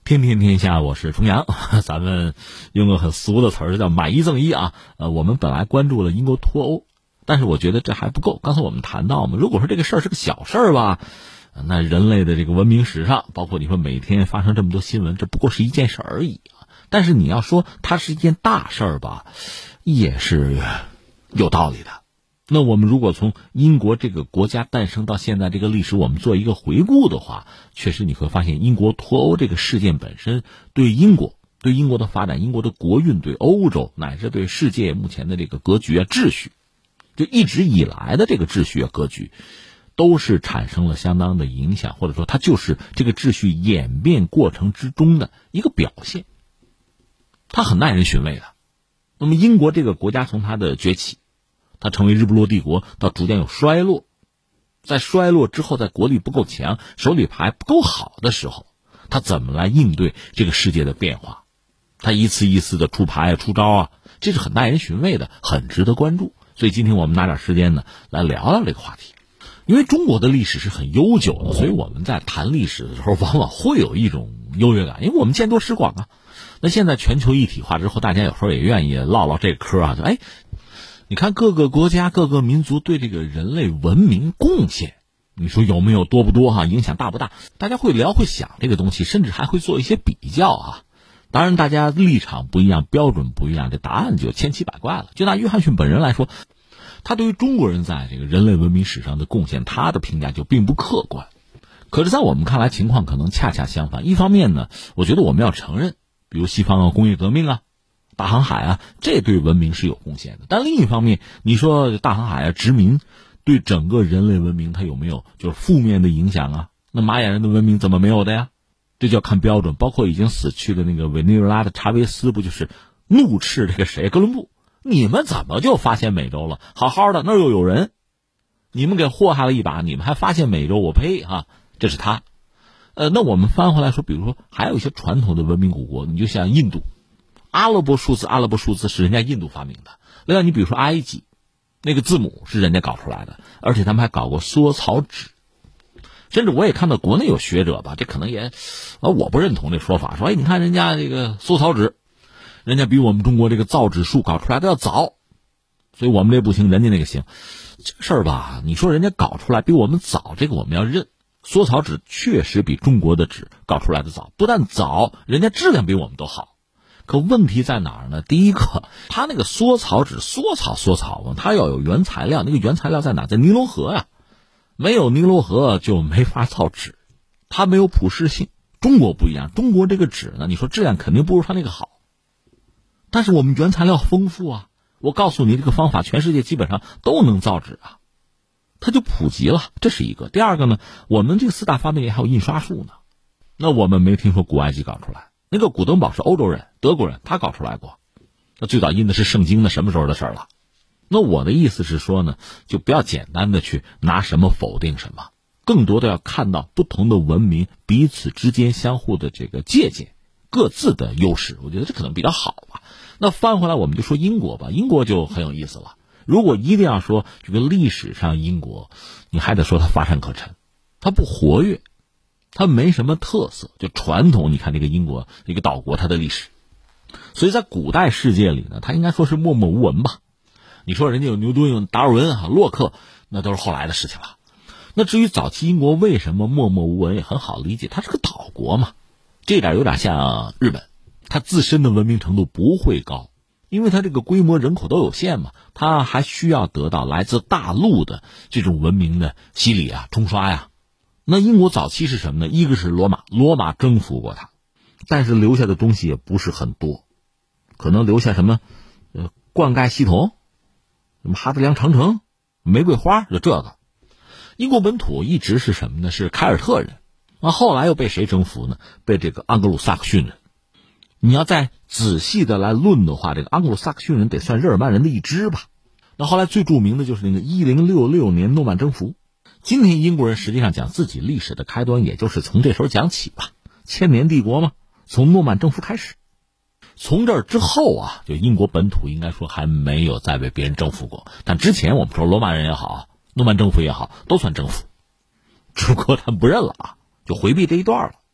天天天下，我是重阳。咱们用个很俗的词儿叫买一赠一啊。我们本来关注了英国脱欧，但是我觉得这还不够。刚才我们谈到嘛，如果说这个事儿是个小事儿吧，那人类的这个文明史上，包括你说每天发生这么多新闻，这不过是一件事而已啊。但是你要说它是一件大事儿吧，也是有道理的。那我们如果从英国这个国家诞生到现在这个历史，我们做一个回顾的话，确实你会发现英国脱欧这个事件本身对英国的发展、英国的国运、对欧洲乃至对世界目前的这个格局啊、秩序，就一直以来的这个秩序啊、格局，都是产生了相当的影响，或者说它就是这个秩序演变过程之中的一个表现，它很耐人寻味的。那么英国这个国家从它的崛起，它成为日不落帝国，到逐渐有衰落，在衰落之后，在国力不够强、手里牌不够好的时候，它怎么来应对这个世界的变化？它一次一次的出牌啊、出招啊，这是很耐人寻味的，很值得关注。所以今天我们拿点时间呢，来聊聊这个话题。因为中国的历史是很悠久的，所以我们在谈历史的时候，往往会有一种优越感，因为我们见多识广啊。那现在全球一体化之后，大家有时候也愿意唠唠这嗑啊，就你看各个国家、各个民族对这个人类文明贡献，你说有没有多不多哈？影响大不大？大家会聊会想这个东西，甚至还会做一些比较啊。当然，大家立场不一样，标准不一样，这答案就千奇百怪了。就拿约翰逊本人来说，他对于中国人在这个人类文明史上的贡献，他的评价就并不客观。可是，在我们看来，情况可能恰恰相反。一方面呢，我觉得我们要承认，比如西方啊，工业革命啊。大航海啊，这对文明是有贡献的。但另一方面，你说大航海啊、殖民对整个人类文明它有没有就是负面的影响啊？那玛雅人的文明怎么没有的呀？这就要看标准。包括已经死去的那个委内瑞拉的查韦斯，不就是怒斥这个谁哥伦布？你们怎么就发现美洲了？好好的那儿又有人，你们给祸害了一把，你们还发现美洲？我呸啊！这是他。那我们翻回来说，比如说还有一些传统的文明古国，你就像印度。阿拉伯数字是人家印度发明的。另外，你比如说埃及，那个字母是人家搞出来的，而且他们还搞过缩草纸。甚至我也看到国内有学者吧，这可能也，我不认同这说法，说你看人家这个缩草纸，人家比我们中国这个造纸术搞出来的要早，所以我们这不行，人家那个行。这个事儿吧，你说人家搞出来比我们早，这个我们要认。缩草纸确实比中国的纸搞出来的早，不但早，人家质量比我们都好。可问题在哪儿呢？第一个，它那个缩草纸，缩草嘛，它要有原材料，那个原材料在哪？在尼罗河呀，没有尼罗河就没法造纸，它没有普适性。中国不一样，中国这个纸呢，你说质量肯定不如它那个好，但是我们原材料丰富啊。我告诉你这个方法，全世界基本上都能造纸啊，它就普及了，这是一个。第二个呢，我们这个四大发明也还有印刷术呢，那我们没听说古埃及搞出来。那个古登堡是欧洲人，德国人，他搞出来过。那最早印的是圣经，那什么时候的事了？那我的意思是说呢，就不要简单的去拿什么否定什么，更多的要看到不同的文明彼此之间相互的这个借鉴，各自的优势。我觉得这可能比较好吧。那翻回来我们就说英国吧，英国就很有意思了。如果一定要说这个历史上英国，你还得说它乏善可陈，它不活跃。它没什么特色，就传统。你看这个英国一个岛国，它的历史，所以在古代世界里呢，它应该说是默默无闻吧。你说人家有牛顿、有达尔文啊、洛克，那都是后来的事情了。那至于早期英国为什么默默无闻，也很好理解，它是个岛国嘛，这点有点像日本，它自身的文明程度不会高，因为它这个规模人口都有限嘛，它还需要得到来自大陆的这种文明的洗礼啊、冲刷呀。那英国早期是什么呢？一个是罗马征服过它，但是留下的东西也不是很多，可能留下什么灌溉系统，什么哈德良长城、玫瑰花，就这个。英国本土一直是什么呢？是凯尔特人。那后来又被谁征服呢？被这个盎格鲁撒克逊人。你要再仔细的来论的话，这个盎格鲁撒克逊人得算日耳曼人的一支吧。那后来最著名的就是那个1066年诺曼征服。今天英国人实际上讲自己历史的开端，也就是从这时候讲起吧，千年帝国嘛，从诺曼征服开始。从这儿之后啊，就英国本土应该说还没有再被别人征服过，但之前我们说罗马人也好，诺曼征服也好，都算征服，只不过他们不认了啊，就回避这一段了。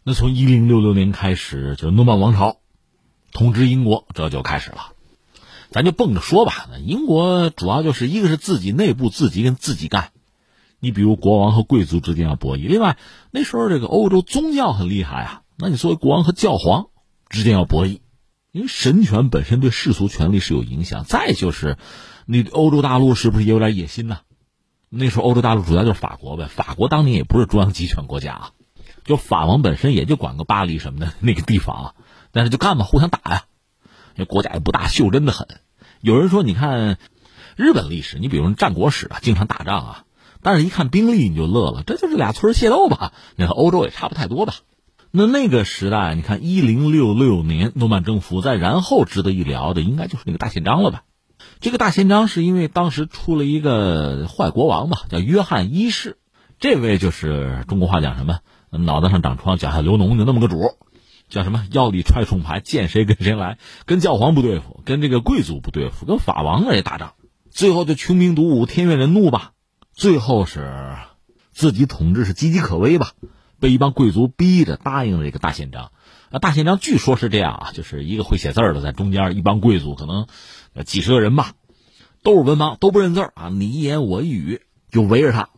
那从1066年开始，就诺曼王朝统治英国，这就开始了。咱就蹦着说吧，英国主要就是一个是自己内部自己跟自己干，你比如国王和贵族之间要博弈，另外那时候这个欧洲宗教很厉害啊，那你作为国王和教皇之间要博弈，因为神权本身对世俗权力是有影响。再就是你欧洲大陆是不是也有点野心呢？那时候欧洲大陆主要就是法国呗，法国当年也不是中央集权国家啊，就法王本身也就管个巴黎什么的那个地方啊，但是就干吧，互相打呀，这国家也不大，袖珍的很。有人说你看日本历史，你比如战国史啊，经常打仗啊，但是一看兵力你就乐了，这就是俩村械斗吧，你看欧洲也差不太多吧。那个时代你看1066年诺曼征服，再然后值得一聊的应该就是那个大宪章了吧。这个大宪章是因为当时出了一个坏国王吧，叫约翰一世，这位就是中国话讲什么脑袋上长疮脚下流脓的那么个主，叫什么腰里揣冲牌，见谁跟谁来，跟教皇不对付，跟这个贵族不对付，跟法王也打仗，最后就穷兵黩武，天怨人怒吧，最后是自己统治是岌岌可危吧，被一帮贵族逼着答应了这个大宪章。大宪章据说是这样啊，就是一个会写字的在中间，一帮贵族可能几十个人吧，都是文盲，都不认字啊，你一言我一语就围着他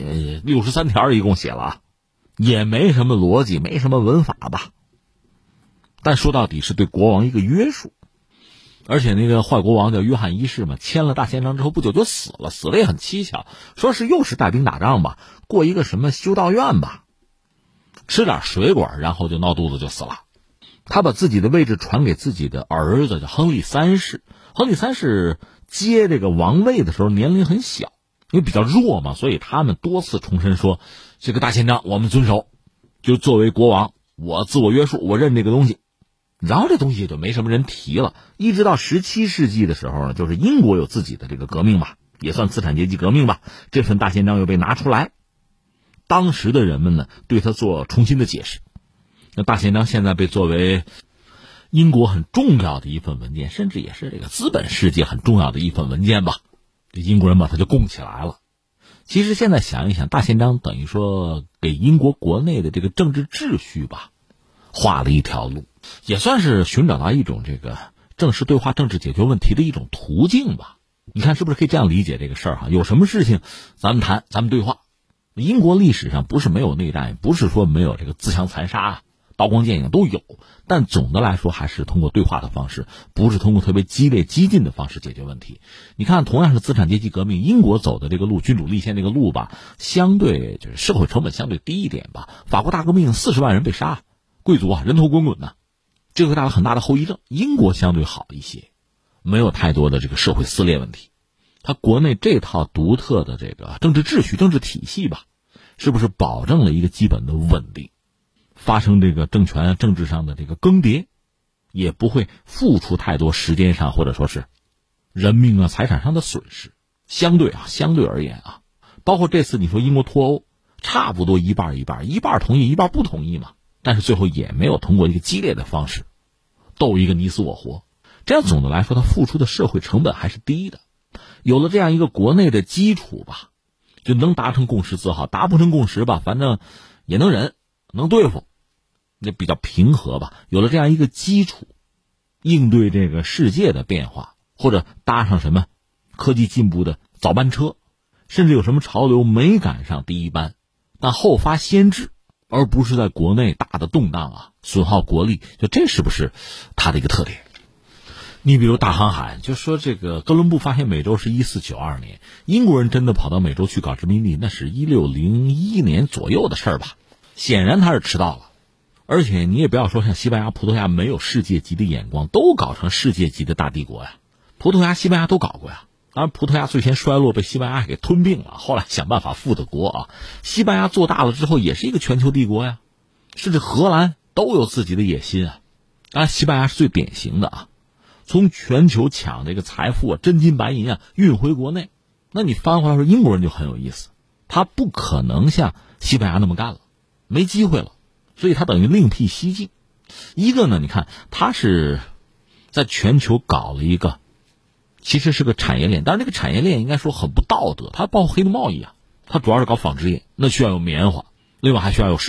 ，63条一共写了啊，也没什么逻辑，没什么文法吧，但说到底是对国王一个约束。而且那个坏国王叫约翰一世嘛，签了大宪章之后不久就死了，死了也很蹊跷，说是又是带兵打仗吧，过一个什么修道院吧，吃点水果然后就闹肚子就死了。他把自己的位置传给自己的儿子叫亨利三世，亨利三世接这个王位的时候年龄很小，因为比较弱嘛，所以他们多次重申说这个大宪章我们遵守，就作为国王我自我约束，我认这个东西。然后这东西就没什么人提了，一直到17世纪的时候呢，就是英国有自己的这个革命吧，也算资产阶级革命吧，这份大宪章又被拿出来，当时的人们呢对他做重新的解释。那大宪章现在被作为英国很重要的一份文件，甚至也是这个资本世界很重要的一份文件吧，这英国人把它就供起来了。其实现在想一想，大宪章等于说给英国国内的这个政治秩序吧画了一条路，也算是寻找到一种这个正式对话政治解决问题的一种途径吧。你看是不是可以这样理解这个事儿哈？有什么事情咱们谈，咱们对话。英国历史上不是没有内战，不是说没有这个自相残杀啊，刀光剑影都有，但总的来说还是通过对话的方式，不是通过特别激烈激进的方式解决问题。你看同样是资产阶级革命，英国走的这个路，君主立宪这个路吧，相对就是社会成本相对低一点吧。法国大革命40万人被杀，贵族啊人头滚滚的，这会带来很大的后遗症。英国相对好一些，没有太多的这个社会撕裂问题，它国内这套独特的这个政治秩序政治体系吧，是不是保证了一个基本的稳定，发生这个政权政治上的这个更迭也不会付出太多时间上或者说是人命啊财产上的损失。相对而言啊，包括这次你说英国脱欧差不多一半一半，一半同意一半不同意嘛，但是最后也没有通过一个激烈的方式斗一个你死我活，这样总的来说它付出的社会成本还是低的。有了这样一个国内的基础吧，就能达成共识自豪，达不成共识吧反正也能忍能对付，也比较平和吧。有了这样一个基础，应对这个世界的变化，或者搭上什么科技进步的早班车，甚至有什么潮流没赶上第一班，但后发先至，而不是在国内大的动荡啊损耗国力，就这是不是它的一个特点。你比如大航海，就说这个哥伦布发现美洲是1492年，英国人真的跑到美洲去搞殖民地，那是1601年左右的事儿吧，显然他是迟到了。而且你也不要说像西班牙葡萄牙没有世界级的眼光，都搞成世界级的大帝国呀，葡萄牙西班牙都搞过呀。当然葡萄牙最先衰落被西班牙给吞并了，后来想办法复的国啊。西班牙做大了之后也是一个全球帝国呀，甚至荷兰都有自己的野心啊。当然西班牙是最典型的啊，从全球抢这个财富啊，真金白银啊运回国内。那你翻回来说英国人就很有意思，他不可能像西班牙那么干了，没机会了，所以他等于另辟蹊径。一个呢，你看他是在全球搞了一个其实是个产业链，但是这个产业链应该说很不道德，它包括黑奴贸易啊，它主要是搞纺织业，那需要有棉花，另外还需要有市场，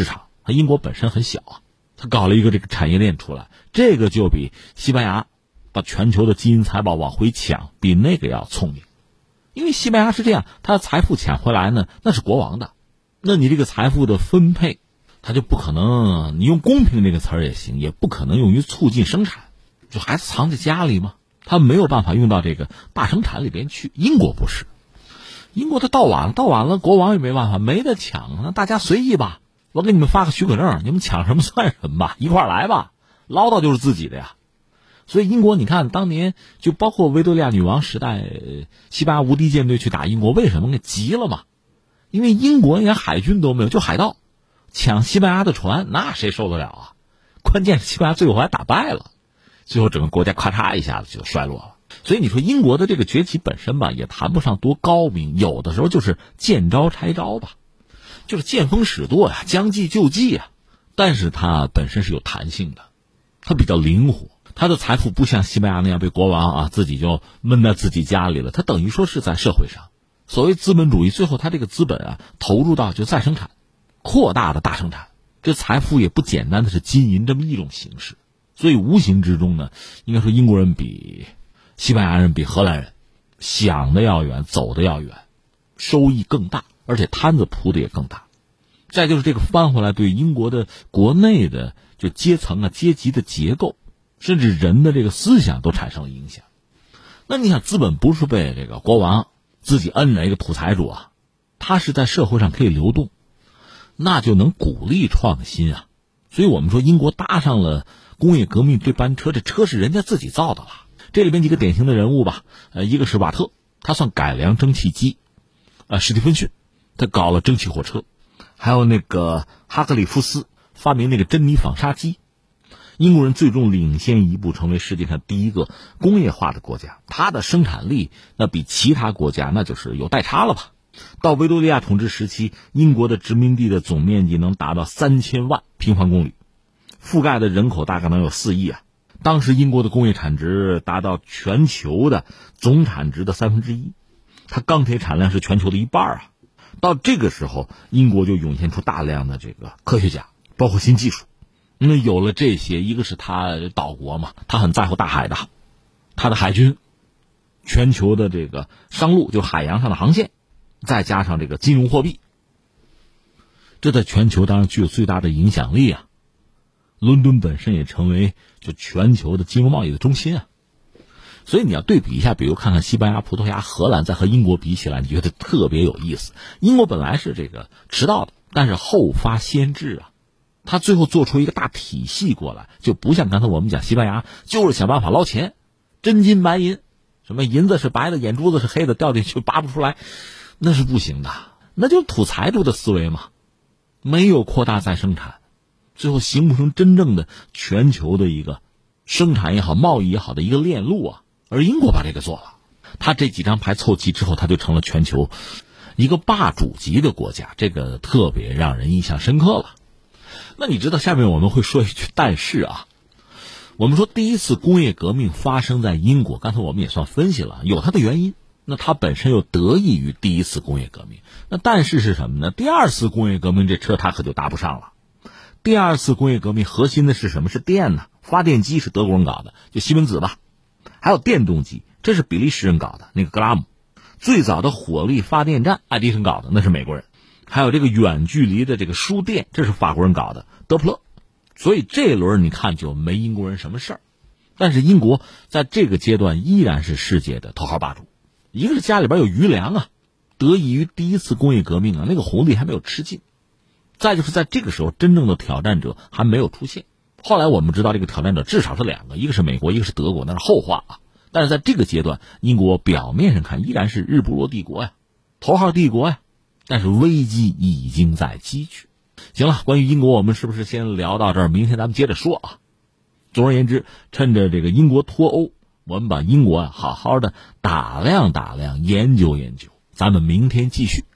它英国本身很小啊，它搞了一个这个产业链出来，这个就比西班牙把全球的金银财宝往回抢，比那个要聪明。因为西班牙是这样，它的财富抢回来呢，那是国王的，那你这个财富的分配，它就不可能，你用公平这个词儿也行，也不可能用于促进生产，就孩子藏在家里嘛，它没有办法用到这个大生产里边去。英国不是，英国它到晚了，国王也没办法，没得抢，那大家随意吧，我给你们发个许可证，你们抢什么算什么吧，一块儿来吧，捞到就是自己的呀。所以英国你看当年就包括维多利亚女王时代，西班牙无敌舰队去打英国，为什么给急了嘛？因为英国连海军都没有，就海盗抢西班牙的船，那谁受得了啊？关键是西班牙最后还打败了，最后整个国家咔嚓一下子就衰落了。所以你说英国的这个崛起本身吧，也谈不上多高明，有的时候就是见招拆招吧，就是见风使舵呀，将计就计呀。但是它本身是有弹性的，它比较灵活。他的财富不像西班牙那样被国王自己就闷在自己家里了，他等于说是在社会上，所谓资本主义，最后他这个资本投入到就再生产，扩大的大生产，这财富也不简单的是金银这么一种形式。所以无形之中呢，应该说英国人比西班牙人比荷兰人想的要远，走的要远，收益更大，而且摊子铺的也更大。再就是这个翻回来对英国的国内的就阶层阶级的结构，甚至人的这个思想都产生了影响。那你想，资本不是被这个国王自己摁着一个土财主他是在社会上可以流动，那就能鼓励创新啊。所以我们说英国搭上了工业革命这班车，这车是人家自己造的了。这里边几个典型的人物吧，一个是瓦特，他算改良蒸汽机，史蒂芬逊他搞了蒸汽火车，还有那个哈克里夫斯发明那个珍妮纺纱机。英国人最终领先一步，成为世界上第一个工业化的国家，它的生产力那比其他国家那就是有代差了吧。到维多利亚统治时期，英国的殖民地的总面积能达到3000万平方公里，覆盖的人口大概能有4亿啊。当时英国的工业产值达到全球的总产值的1/3，它钢铁产量是全球的1半啊。到这个时候，英国就涌现出大量的这个科学家，包括新技术。那有了这些，一个是他岛国嘛，他很在乎大海的，他的海军，全球的这个商路就海洋上的航线，再加上这个金融货币，这在全球当然具有最大的影响力啊。伦敦本身也成为就全球的金融贸易的中心啊。所以你要对比一下，比如看看西班牙、葡萄牙、荷兰，再和英国比起来，你觉得特别有意思。英国本来是这个迟到的，但是后发先至啊。他最后做出一个大体系过来，就不像刚才我们讲西班牙就是想办法捞钱，真金白银，什么银子是白的，眼珠子是黑的，掉进去拔不出来，那是不行的，那就是土财主的思维嘛，没有扩大再生产，最后形不成真正的全球的一个生产也好，贸易也好的一个链路啊。而英国把这个做了，他这几张牌凑齐之后，他就成了全球一个霸主级的国家，这个特别让人印象深刻了。那你知道下面我们会说一句但是我们说第一次工业革命发生在英国，刚才我们也算分析了，有它的原因，那它本身又得益于第一次工业革命。那但是是什么呢？第二次工业革命这车它可就搭不上了。第二次工业革命核心的是什么？是电呢？发电机是德国人搞的，就西门子吧，还有电动机，这是比利时人搞的，那个格拉姆。最早的火力发电站爱迪生搞的，那是美国人。还有这个远距离的这个输电，这是法国人搞的，德普勒。所以这轮你看就没英国人什么事儿。但是英国在这个阶段依然是世界的头号霸主。一个是家里边有余粮得益于第一次工业革命那个红利还没有吃尽。再就是在这个时候真正的挑战者还没有出现。后来我们知道这个挑战者至少是2个，一个是美国，一个是德国，那是后话但是在这个阶段，英国表面上看依然是日不落帝国头号帝国但是危机已经在积聚。行了，关于英国我们是不是先聊到这儿？明天咱们接着说总而言之，趁着这个英国脱欧，我们把英国好好的打量打量，研究研究。咱们明天继续。